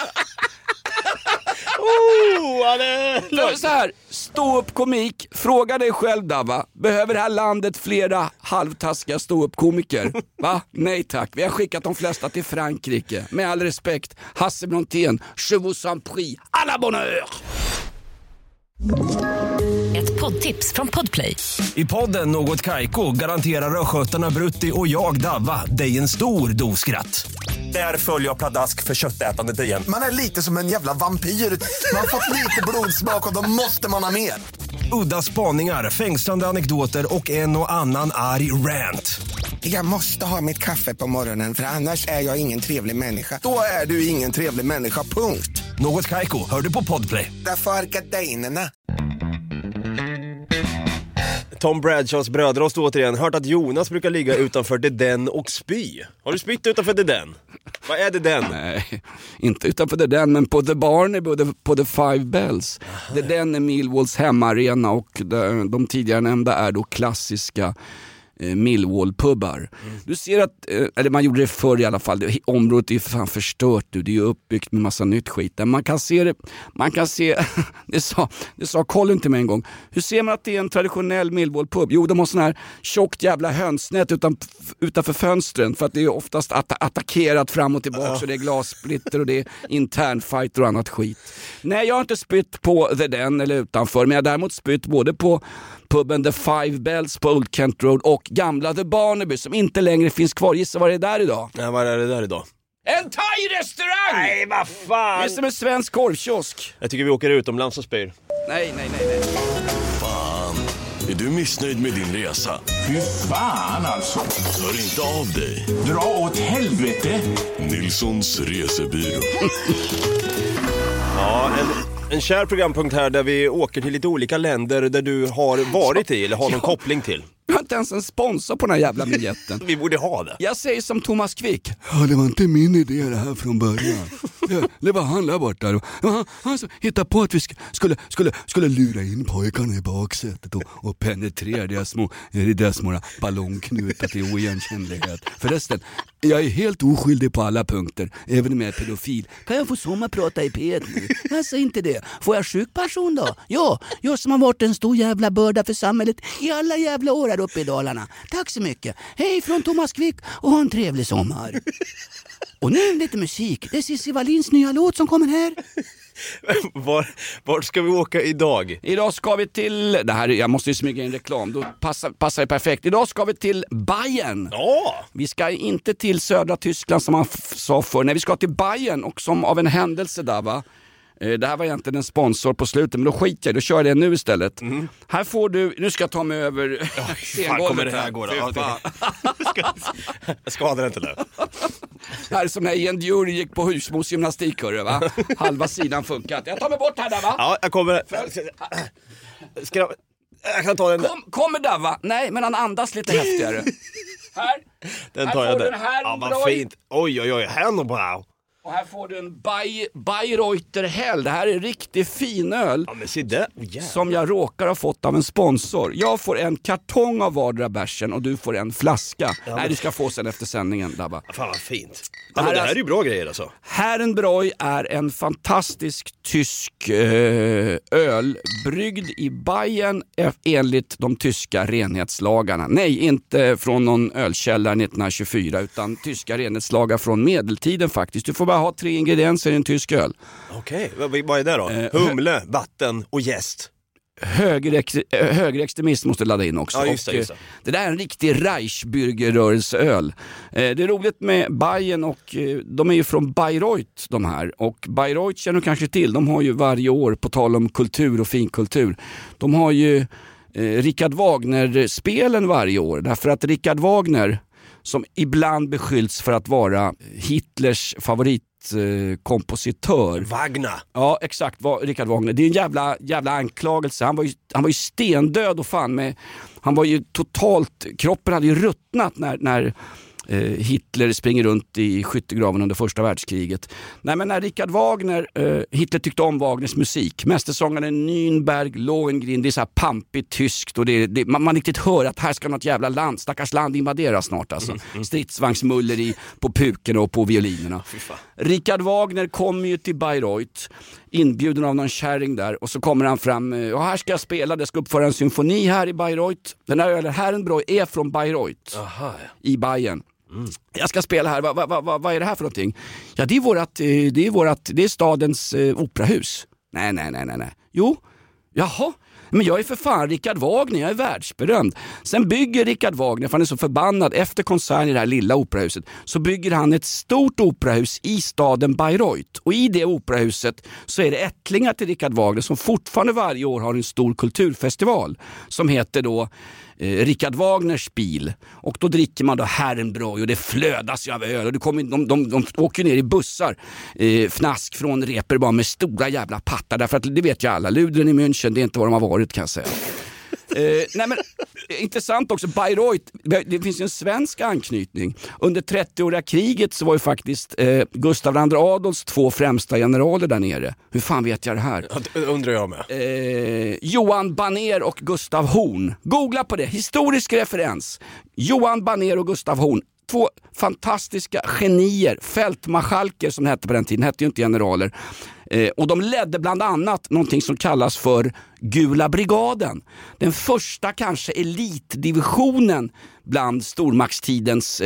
Så här, stå upp komik. Fråga dig själv, Dava. Behöver det här landet flera halvtaskiga stå-upp-komiker? Va? Nej tack. Vi har skickat de flesta till Frankrike. Med all respekt. Hasse Brontén. Je vous en prie. À la bonne heure. Ett poddtips från Podplay. I podden Något Kaiko garanterar röskötarna Brutti och jag Davva dig en stor doskratt. Där följer jag pladask för köttätandet igen. Man är lite som en jävla vampyr. Man har fått lite blodsmak och då måste man ha mer. Udda spaningar, fängslande anekdoter och en och annan arg rant. Jag måste ha mitt kaffe på morgonen för annars är jag ingen trevlig människa. Då är du ingen trevlig människa, punkt. Något Kaiko, hör du på Podplay. Därför är gardinerna. Tom Bradshaws bröder har återigen hört att Jonas brukar ligga utanför The Den och spy. Har du spytt utanför The Den? Vad är The Den? Nej, inte utanför The Den, men på The Barn, både på The Five Bells. The Den är Millwalls hemmaarena och de tidigare nämnda är då klassiska Millwall-pubbar. Du ser att, eller man gjorde det förr i alla fall, området är fan förstört nu, det är ju uppbyggt med massa nytt skit. Där man kan se det sa Colin till mig en gång. Hur ser man att det är en traditionell Millwall-pub? Jo, de har sån här tjockt jävla hönsnät utanför fönstren för att det är oftast attackerat fram och tillbaka och det är glassplitter och det är internfighter och annat skit. Nej, jag har inte spytt på The Den eller utanför, men jag har däremot spytt både på puben The Five Bells på Old Kent Road och gamla The Barnaby som inte längre finns kvar. Gissa vad det är där idag? Nej, vad är det där idag? En thai-restaurang! Nej, vad fan! Det är som en svensk korvkiosk. Jag tycker vi åker utomlands och spyr. Nej. Fan, är du missnöjd med din resa? Fy fan alltså. Hör inte av dig. Dra åt helvete. Nilssons resebyrå. Ja, en kär programpunkt här där vi åker till lite olika länder där du har varit i eller har någon koppling till. Jag har inte ens en sponsor på den här jävla vignetten. Vi borde ha det. Jag säger som Thomas Quick. Ja, det var inte min idé det här från början. Det var han där borta. Han hittade på att vi skulle lura in pojkarna i baksätet och penetrera deras små ballongknutar till oigenkännlighet. Förresten, jag är helt oskyldig på alla punkter, även om jag är pedofil. Kan jag få sommarprata i P1 nu? Jag säger inte det. Får jag sjukpension då? Ja, jag som har varit en stor jävla börda för samhället i alla jävla år här uppe i Dalarna. Tack så mycket. Hej från Thomas Quick och ha en trevlig sommar. Och nu lite musik. Det är Cissi Wallins nya låt som kommer här. Vart ska vi åka idag? Idag ska vi till... Det här, jag måste ju smyga in reklam. Då passar det perfekt. Idag ska vi till Bayern. Ja. Vi ska inte till södra Tyskland som man sa förr. Nej, vi ska till Bayern och som av en händelse där, va? Det här var egentligen en sponsor på slutet, men då skiter jag, då kör jag det nu istället. Här får du, nu ska jag ta mig över scengolvet. Kommer det här gå då? Jag skadar inte det. Här är som när Ian Dury gick på husmos gymnastik, va? Halva sidan funkat. Jag tar mig bort här, va? Ja, jag kommer. Jag kan ta den. Kommer där, va? Nej, men han andas lite häftigare. Här. Den här tar jag där. Ja, vad fint. Oj, här bra. Och här får du en Bayreuther Hell. Det här är riktigt fin öl. Ja, men se det. Som jag råkar ha fått av en sponsor. Jag får en kartong av vardera bärsen och du får en flaska. Ja, nej, du ska få sen efter sändningen, Dabba. Fan vad fint. Det här är ju bra grejer alltså. Herrenbräu är en fantastisk tysk öl bryggd i Bayern enligt de tyska renhetslagarna. Nej, inte från någon ölkällare 1924 utan tyska renhetslagar från medeltiden faktiskt. Du får bara bara ha 3 ingredienser i en tysk öl. Okej, vad är det då? Humle, vatten och jäst. Högerextremist måste ladda in också. Ja, just det. Det där är en riktig Reichsbürgerrörelseöl. Det är roligt med Bayern och de är ju från Bayreuth de här. Och Bayreuth känner du kanske till, de har ju varje år, på tal om kultur och finkultur, de har ju Richard Wagner-spelen varje år. Därför att Richard Wagner, som ibland beskylls för att vara Hitlers favoritkompositör. Wagner. Ja, exakt, Richard Wagner. Det är en jävla anklagelse. Han var ju stendöd och fan med. Han var ju totalt, kroppen hade ju ruttnat när Hitler springer runt i skyttegraven under första världskriget. Nej, men när Richard Wagner, Hitler tyckte om Wagners musik. Mästersångaren Nürnberg, Lohengrin, det är så här pampigt tyskt och man riktigt hör att här ska något jävla stackars land invaderas snart alltså. Stridsvagnsmuller på puken och på violinerna. Richard Wagner kommer ju till Bayreuth, inbjuden av någon kärring där, och så kommer han fram, och här ska jag spela, det ska uppföra en symfoni här i Bayreuth. Den här ölen Herrenbräu är från Bayreuth. Aha, ja. I Bayern. Jag ska spela här, vad är det här för någonting? Ja, det är stadens operahus. Nej. Jo, jaha. Men jag är för fan Richard Wagner, jag är världsberömd. Sen bygger Richard Wagner, för han är så förbannad, efter konserten i det här lilla operahuset, så bygger han ett stort operahus i staden Bayreuth. Och i det operahuset så är det ättlingar till Richard Wagner som fortfarande varje år har en stor kulturfestival som heter då Richard Wagners bil. Och då dricker man då Herrenbräu och det flödas ju av öl. Och de åker ner i bussar, fnask från Reeperbahn med stora jävla pattar. Därför att det vet ju alla, Ludren i München, det är inte vad de har varit, kan jag säga. Nej, men intressant också, Bayreuth, det finns ju en svensk anknytning. Under 30-åriga kriget så var ju faktiskt Gustav II Adolfs 2 främsta generaler där nere. Hur fan vet jag det här? Ja, det undrar jag med. Johan Banér och Gustav Horn. Googla på det, historisk referens. Johan Banér och Gustav Horn. 2 fantastiska genier, fältmarskalker som det hette på den tiden, hette ju inte generaler. Och de ledde bland annat någonting som kallas för Gula brigaden. Den första kanske elitdivisionen bland stormaktstidens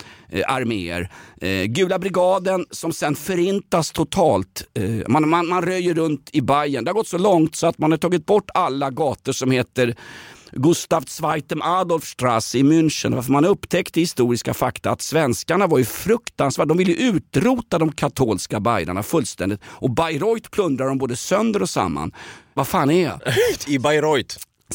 arméer. Gula brigaden som sen förintas totalt. Man röjer runt i Bayern. Det har gått så långt så att man har tagit bort alla gator som heter Gustav II Adolfstrasse i München. Varför man upptäckte historiska fakta att svenskarna var ju fruktansvärda. De ville utrota de katolska bayrarna fullständigt. Och Bayreuth plundrar de både sönder och samman. Vad fan är jag? I Bayreuth.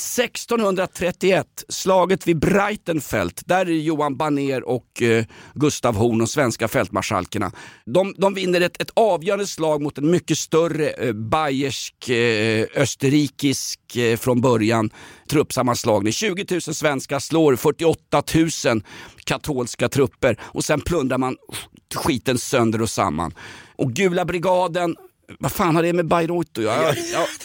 1631, slaget vid Breitenfeld, där är Johan Banér och Gustav Horn, och svenska fältmarskalkerna. De vinner ett avgörande slag mot en mycket större bayersk, österrikisk från början truppsammanslagning. 20 000 svenskar slår 48 000 katolska trupper och sen plundrar man skiten sönder och samman. Och Gula brigaden, vad fan har det med Bayreuth att göra?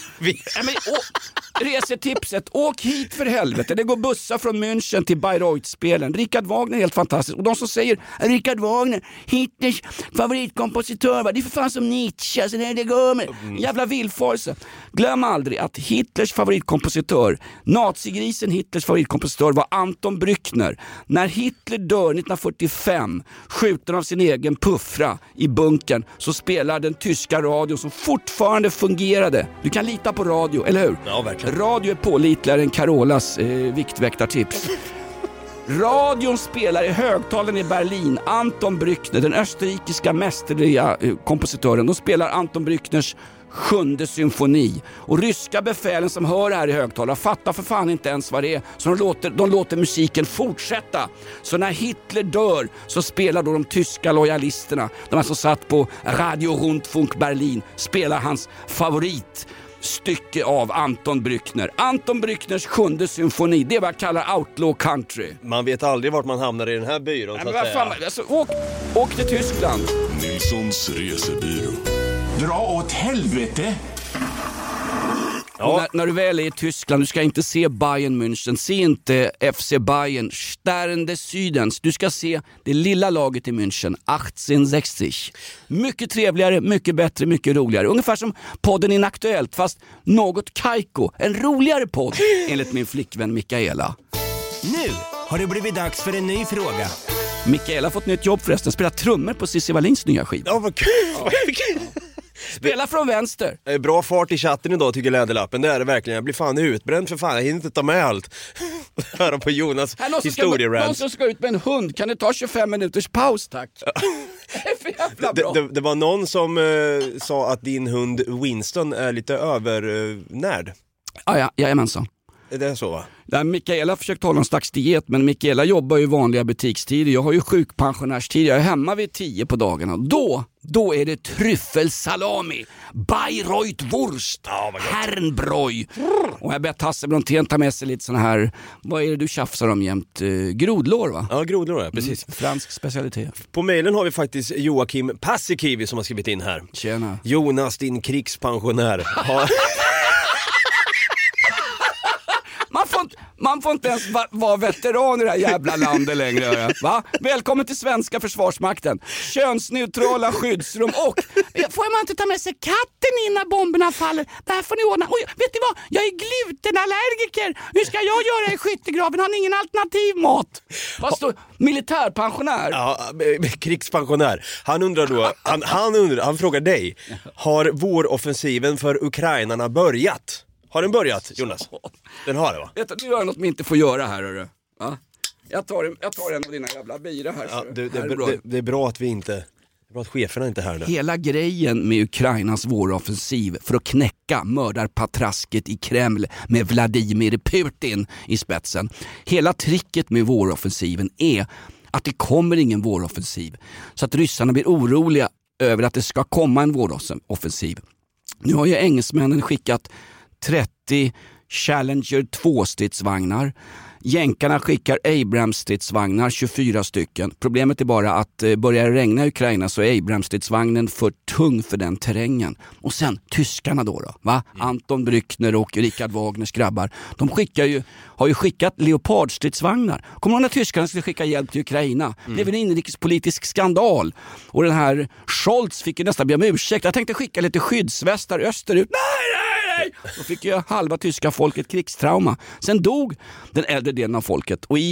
Resetipset, åk hit för helvete. Det går bussar från München till Bayreuth-spelen. Richard Wagner är helt fantastisk. Och de som säger Richard Wagner, Hitlers favoritkompositör, va? Det är för fan som Nietzsche, alltså det går med. Jävla villfarelse. Glöm aldrig att Hitlers favoritkompositör, nazigrisen Hitlers favoritkompositör, var Anton Brückner. När Hitler dör 1945, skjuten av sin egen puffra i bunkern, så spelar den tyska radion som fortfarande fungerade. Du kan lita på radio, eller hur? Ja, verkligen. Radio är pålitligare än Carolas viktväktartips. Radion spelar i högtalen i Berlin Anton Brückner, den österrikiska mästerliga kompositören. De spelar Anton Brückners 7:e symfoni. Och ryska befälen som hör det här i högtalare fattar för fan inte ens vad det är. Så de låter musiken fortsätta. Så när Hitler dör så spelar då de tyska lojalisterna, de här som satt på Radio Rundfunk Berlin, spelar hans favoritstycke av Anton Brückner. Anton Brückners 7:e symfoni, det är vad jag kallar outlaw country. Man vet aldrig vart man hamnar i den här byrån. Nej, men vad fan, alltså, åk till Tyskland. Nilssons resebyrå. Dra åt helvete! Ja. När du väl är i Tyskland, du ska inte se Bayern München, se inte FC Bayern, Stern des Südens, du ska se det lilla laget i München, 1860. Mycket trevligare, mycket bättre, mycket roligare. Ungefär som podden Inaktuellt, fast något kajko. En roligare podd, enligt min flickvän Mikaela. Nu har det blivit dags för en ny fråga. Mikaela har fått nytt jobb förresten. Spelar trummor på Cissi Wallins nya skiva. Ja, vad kul. Spela från vänster. Bra fart i chatten idag tycker Läderlappen. Det är det verkligen. Jag blir fan utbränd för fan. Jag hinner inte ta med allt. Höra på Jonas historierant. Någon som ska ut med en hund. Kan det ta 25 minuters paus, tack? Det är för jävla bra. Det var någon som sa att din hund Winston är lite övernärd. Ja, jajamensan. Är det så, va? Där Mikaela har försökt hålla en slags diet, men Mikaela jobbar ju vanliga butikstider. Jag har ju sjukpensionärstider. Jag är hemma vid 10 på dagarna. Då är det tryffelsalami, Bayreuthwurst, Herrenbräu. Och jag bett Hasse Brontén ta med sig lite såna här, vad är det du tjafsar om jämt? Grodlår, va? Ja, grodlår, ja, precis. Fransk specialitet. På mejlen har vi faktiskt Joakim Paasikivi som har skrivit in här. Tjena. Jonas, din krigspensionär. Man får inte ens vara veteran i det här jävla landet längre. Va? Välkommen till svenska försvarsmakten. Könsneutrala skyddsrum och får man inte ta med sig katten innan bomberna faller? Där får ni ordna. Oj, vet ni vad? Jag är glutenallergiker. Hur ska jag göra i skyttegraven? Har ni ingen alternativ mat? Vad står militärpensionär? Ja, krigspensionär. Han undrar då, han frågar dig. Har våroffensiven för ukrainarna börjat? Har den börjat, Jonas? Den har det, va? Vet du gör något man inte får göra här, hörru. Ja? Jag tar en av dina jävla bira här. Ja, det är bra att vi inte... Det är bra att cheferna inte är här nu. Hela grejen med Ukrainas våroffensiv för att knäcka mördarpatrasket i Kreml med Vladimir Putin i spetsen. Hela tricket med våroffensiven är att det kommer ingen våroffensiv. Så att ryssarna blir oroliga över att det ska komma en våroffensiv. Nu har ju engelsmännen skickat 30 Challenger 2-stridsvagnar. Jänkarna skickar Abrams-stridsvagnar, 24 stycken. Problemet är bara att börjar det regna i Ukraina så är Abrams-stridsvagnen för tung för den terrängen. Och sen tyskarna då va? Anton Brückner och Richard Wagners grabbar. De har ju skickat Leopard-stridsvagnar. Kommer någon när tyskarna skulle skicka hjälp till Ukraina? Det är väl en inrikespolitisk skandal. Och den här Scholz fick ju nästan be om ursäkt. Jag tänkte skicka lite skyddsvästar österut. Nej! Då fick ju halva tyska folket krigstrauma. Sen dog den äldre delen av folket. Och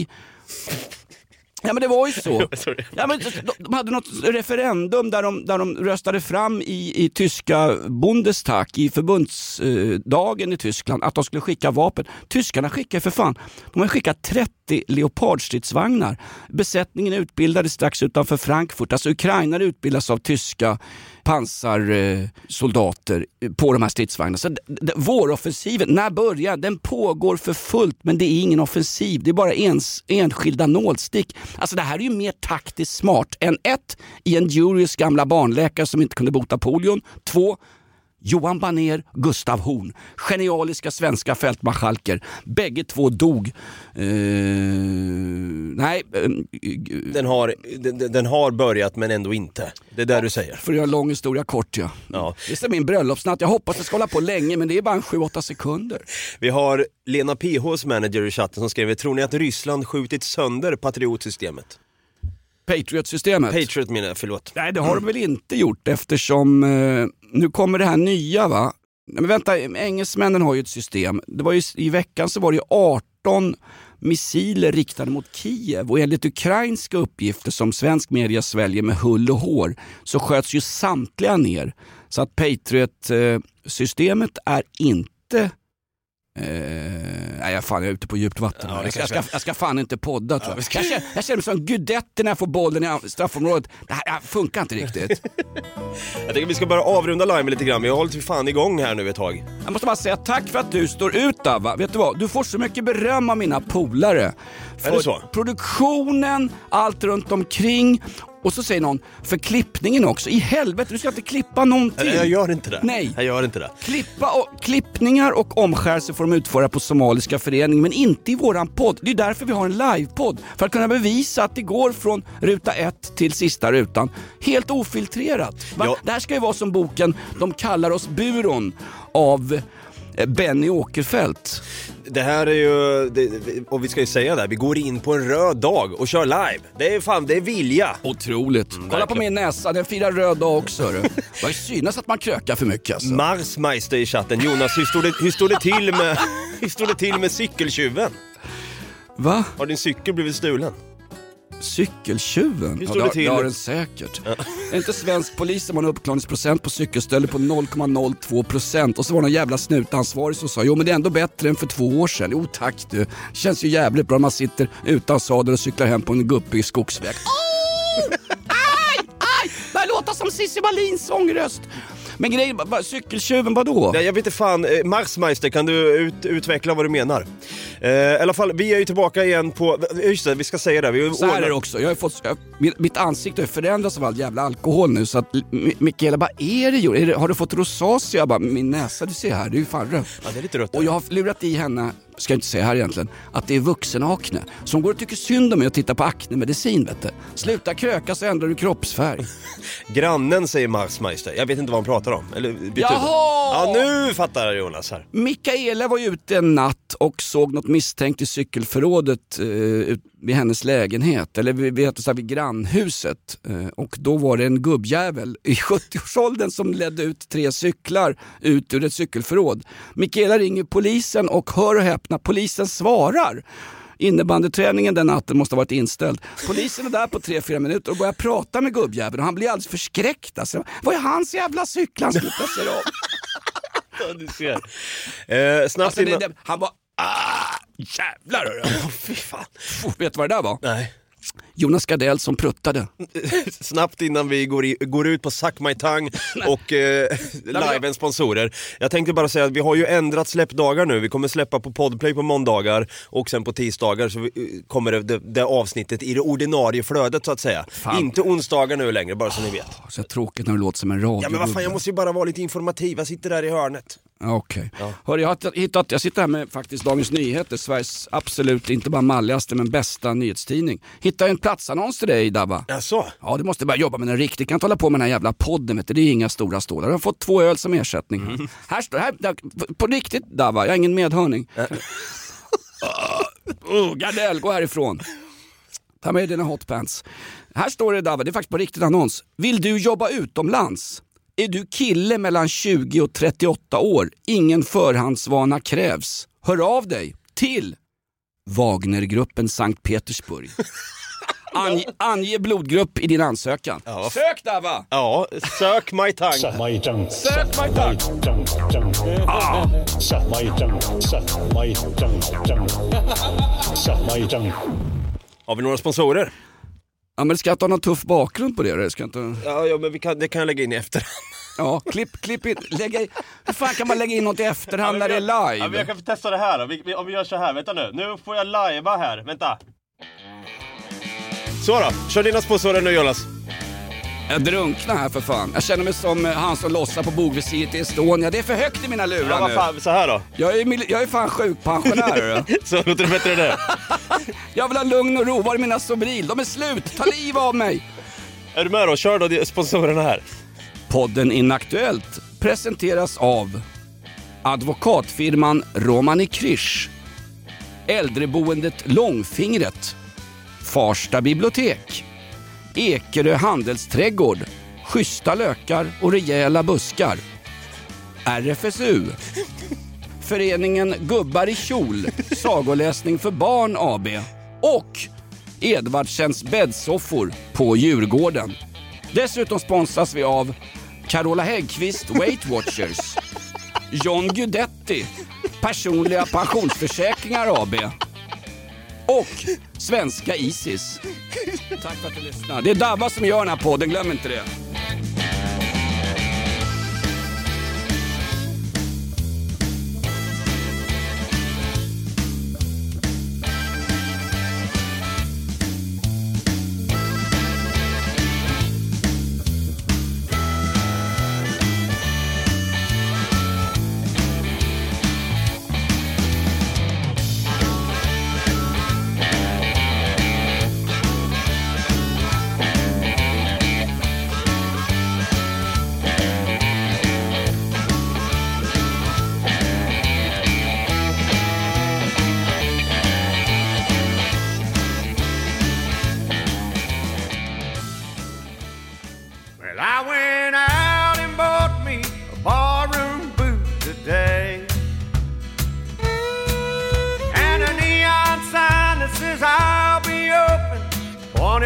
ja, men det var ju så. Ja, men de hade något referendum där de röstade fram i tyska Bundestag, i förbundsdagen i Tyskland, att de skulle skicka vapen. Tyskarna skickar för fan. De har skickat 30 Leopardstridsvagnar. Besättningen utbildades strax utanför Frankfurt. Alltså Ukraina utbildas av tyska pansarsoldater på de här stridsvagnarna. Så våroffensiven, när börjar? Den pågår för fullt, men det är ingen offensiv. Det är bara enskilda nålstick. Alltså det här är ju mer taktiskt smart än 1. Ian Juries gamla barnläkare som inte kunde bota polion. 2. Johan Baner, Gustav Horn. Genialiska svenska fältmarskalker. Bägge två dog. Den har börjat men ändå inte. Det är där du säger. För att göra en lång historia kort, ja. Det är min bröllopsnatt. Jag hoppas det ska hålla på länge, men det är bara 7-8 sekunder. Vi har Lena PHs manager i chatten som skriver: tror ni att Ryssland skjutit sönder patriotsystemet? Patriot-systemet? Patriot menar jag, förlåt. Nej, det har de väl inte gjort eftersom nu kommer det här nya, va? Nej, men vänta, engelsmännen har ju ett system. Det var ju, i veckan så var det ju 18 missiler riktade mot Kiev och enligt ukrainska uppgifter som svensk media sväljer med hull och hår så sköts ju samtliga ner. Så att Patriot-systemet är inte... jag är ute på djupt vatten. Jag ska fan inte podda, tror jag. Jag känner mig som Gudetti när jag får bollen i straffområdet. Det här funkar inte riktigt. Jag tänker vi ska bara avrunda live lite grann. Vi har hållit för fan igång här nu ett tag. Jag måste bara säga tack för att du står ut, Ava. Vet du vad? Du får så mycket beröm av mina polare. Är det så? Produktionen, allt runt omkring. Och så säger någon, för klippningen också. I helvete, du ska inte klippa någonting. Jag gör inte det. Nej. Jag gör inte det. Klippningar och omskärelse får de utföra på Somaliska föreningen, men inte i våran podd. Det är därför vi har en livepodd. För att kunna bevisa att det går från ruta 1 till sista rutan. Helt ofiltrerat. Ja. Det här ska ju vara som boken De kallar oss Buron av Benny Åkerfeldt. Det här är ju, och vi ska ju säga det här, vi går in på en röd dag och kör live. Det är vilja. Otroligt. Kolla på min näsa, den firar röd dag också. Vad synas att man krökar för mycket alltså. Marsmeister i chatten. Jonas, hur står det till med cykeltjuven? Va? Har din cykel blivit stulen? Cykeltjuven? Hur står det till? Det har den säkert. Det är inte svensk polis som har en uppklarningsprocent på cykelstölder på 0,02%. Och så var någon jävla snutansvarig som sa, jo men det är ändå bättre än för 2 år sedan. Jo tack du, känns ju jävligt bra. Man sitter utan sadel och cyklar hem på en guppig skogsväg. Aj! Det här låter som Cissi Wallins sångröst. Men grejen, cykeltjuven, vadå? Nej, jag vet inte fan. Marsmeister, kan du utveckla vad du menar? I alla fall, vi är ju tillbaka igen på... Just det, vi ska säga det. Vi så här är det också. Jag har fått, mitt ansikte har förändrats av all jävla alkohol nu. Så att Mikaela bara, har du fått rosacea? Jag bara, min näsa, du ser här, det är ju fan rött. Ja, det är lite rött. Och jag har lurat i henne, ska jag inte säga här egentligen, att det är vuxenakne. Som går och tycker synd om mig och tittar på aknemedicin, vet du. Sluta kröka så ändrar du kroppsfärg. Grannen säger Marsmeister. Jag vet inte vad han pratar om. Eller, jaha! Ja, nu fattar Jonas här. Mikaela var ju ute en natt och såg något misstänkt i cykelförrådet vid hennes lägenhet. Eller vid grannhuset. Och då var det en gubbjävel i 70-årsåldern som ledde ut 3 cyklar ut ur ett cykelförråd. Mikaela ringer polisen och hör och häpna, polisen svarar. Innebandyträningen den natten måste ha varit inställd. Polisen är där på 3-4 minuter och börjar prata med gubbjäveln och han blir alldeles förskräckt. Alltså, vad är hans jävla cyklar han skulle placera om? Ja, du ser. Snabbt alltså, innan... han bara, jävlar! Fy fan. Vet du vad det där var? Nej. Jonas Gardell som pruttade. Snabbt innan vi går ut på Suck My Tongue och livens sponsorer. Jag tänkte bara säga att vi har ju ändrat släppdagar nu. Vi kommer släppa på Podplay på måndagar och sen på tisdagar så kommer det avsnittet i det ordinarie flödet så att säga. Fan. Inte onsdagar nu längre, bara så ni vet. Så tråkigt när det låter som en radio. Ja men vad fan, jag måste ju bara vara lite informativ. Jag sitter där i hörnet. Okej. Ja. Hör, jag sitter här med faktiskt Dagens Nyheter, Sveriges absolut inte bara malligaste men bästa nyhetstidning. Hittar en platsannons till dig, Dabba. Jaså? Ja, du måste bara jobba med den riktigt. Kan inte hålla på med den här jävla podden, vet du. Det är inga stora stålar. Jag har fått 2 öl som ersättning. Här står här, på riktigt, Dabba. Jag har ingen medhörning. Gardell, gå härifrån. Ta med dina hotpants. Här står det, Dabba, det är faktiskt på riktigt annons. Vill du jobba utomlands? Är du kille mellan 20 och 38 år? Ingen förhandsvana krävs. Hör av dig till Wagnergruppen Sankt Petersburg. Ange blodgrupp i din ansökan. Ja. Sök där, va? Ja, sök my tongue. Sök my tongue. Har vi några sponsorer? Ja, men ska jag ta någon tuff bakgrund på det? Ska inte... Ja, men det kan jag lägga in i efterhand. Ja, klipp in. Hur fan kan man lägga in något i efterhand när det är live? Ja, men jag kan testa det här. Om vi gör så här, vänta nu. Nu får jag livea här, vänta. Så då, kör dina sponsorer nu, Jonas. Jag drunknar här för fan. Jag känner mig som han som lossar på bogvisiret i Estonia. Det är för högt i mina lurar ja, vad fan, nu. Så här då. Jag är fan sjukpensionär. Så låter det bättre det. Jag vill ha lugn och ro. Var är mina Sobril? De är slut. Ta liv av mig. Är du med då? Kör då sponsorerna här. Podden Inaktuellt presenteras av advokatfirman Romani Krisch, äldreboendet Långfingret, Farsta bibliotek, Ekerö handelsträdgård, schyssta lökar och rejäla buskar, RFSU, Föreningen Gubbar i kjol, sagoläsning för barn AB och Edvardsens bäddsoffor på Djurgården. Dessutom sponsras vi av Carola Häggkvist Weight Watchers, John Guidetti, personliga pensionsförsäkringar AB och Svenska Isis. Tack för att du lyssnar. Det är Dabba som gör den här podden, glöm inte det.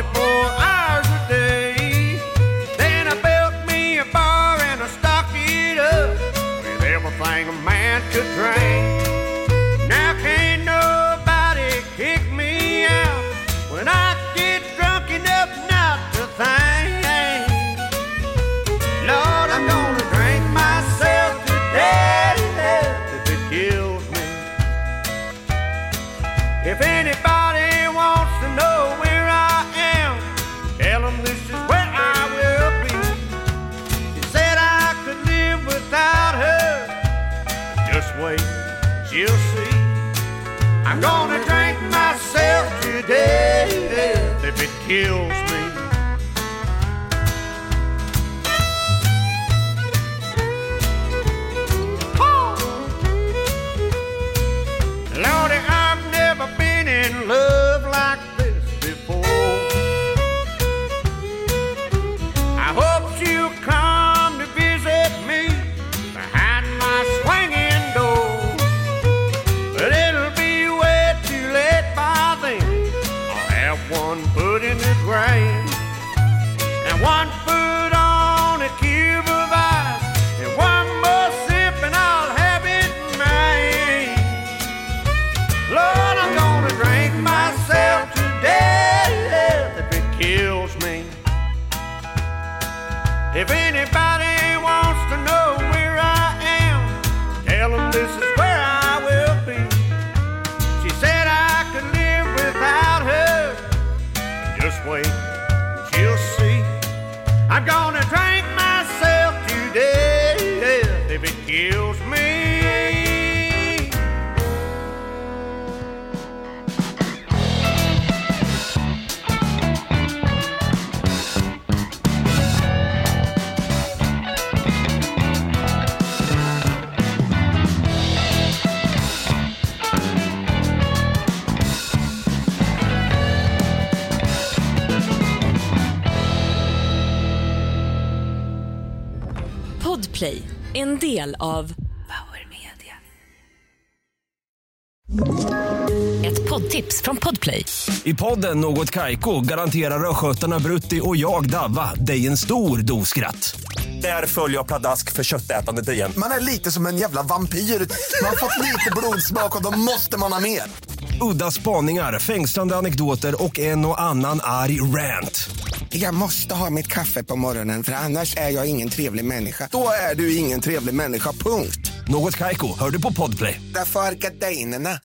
24 hours a day. Then I built me a bar and I stocked it up with everything a man could drink. Now can't nobody kick me out when I get drunk enough not to think. Lord, I'm gonna drink myself to death if it kills me. If anybody wants to know where I am, tell them this is where I will be. She said I could live without her. Just wait, she'll see. I'm gonna drink myself to death if it kills me. Lordy, I've never been in love like this before. I hope she'll come to visit me behind my swinging door. But it'll be way too late by then. I'll have one foot in the grave and one foot on a cube of ice, and one more sip and I'll have it made. Lord, I'm gonna drink myself to death if it kills me. If anybody wants to know where I am, tell them this is where I will be. She said I could live without her. Just wait, she'll see. I'm gonna drink myself to death if it kills me. Podplay, en del av Power Media. Ett poddtips från Podplay. I podden Något Kaiko garanterar röskötarna Brutti och jag Davva dig en stor dos skratt. Där följer jag pladask för köttätandet igen. Man är lite som en jävla vampyr. Man har fått lite blodsmak och då måste man ha mer. Udda spaningar, fängslande anekdoter och en och annan arg rant. Jag måste ha mitt kaffe på morgonen för annars är jag ingen trevlig människa. Då är du ingen trevlig människa, punkt. Något Kaiko, hör du på Podplay. Därför arkadeinerna.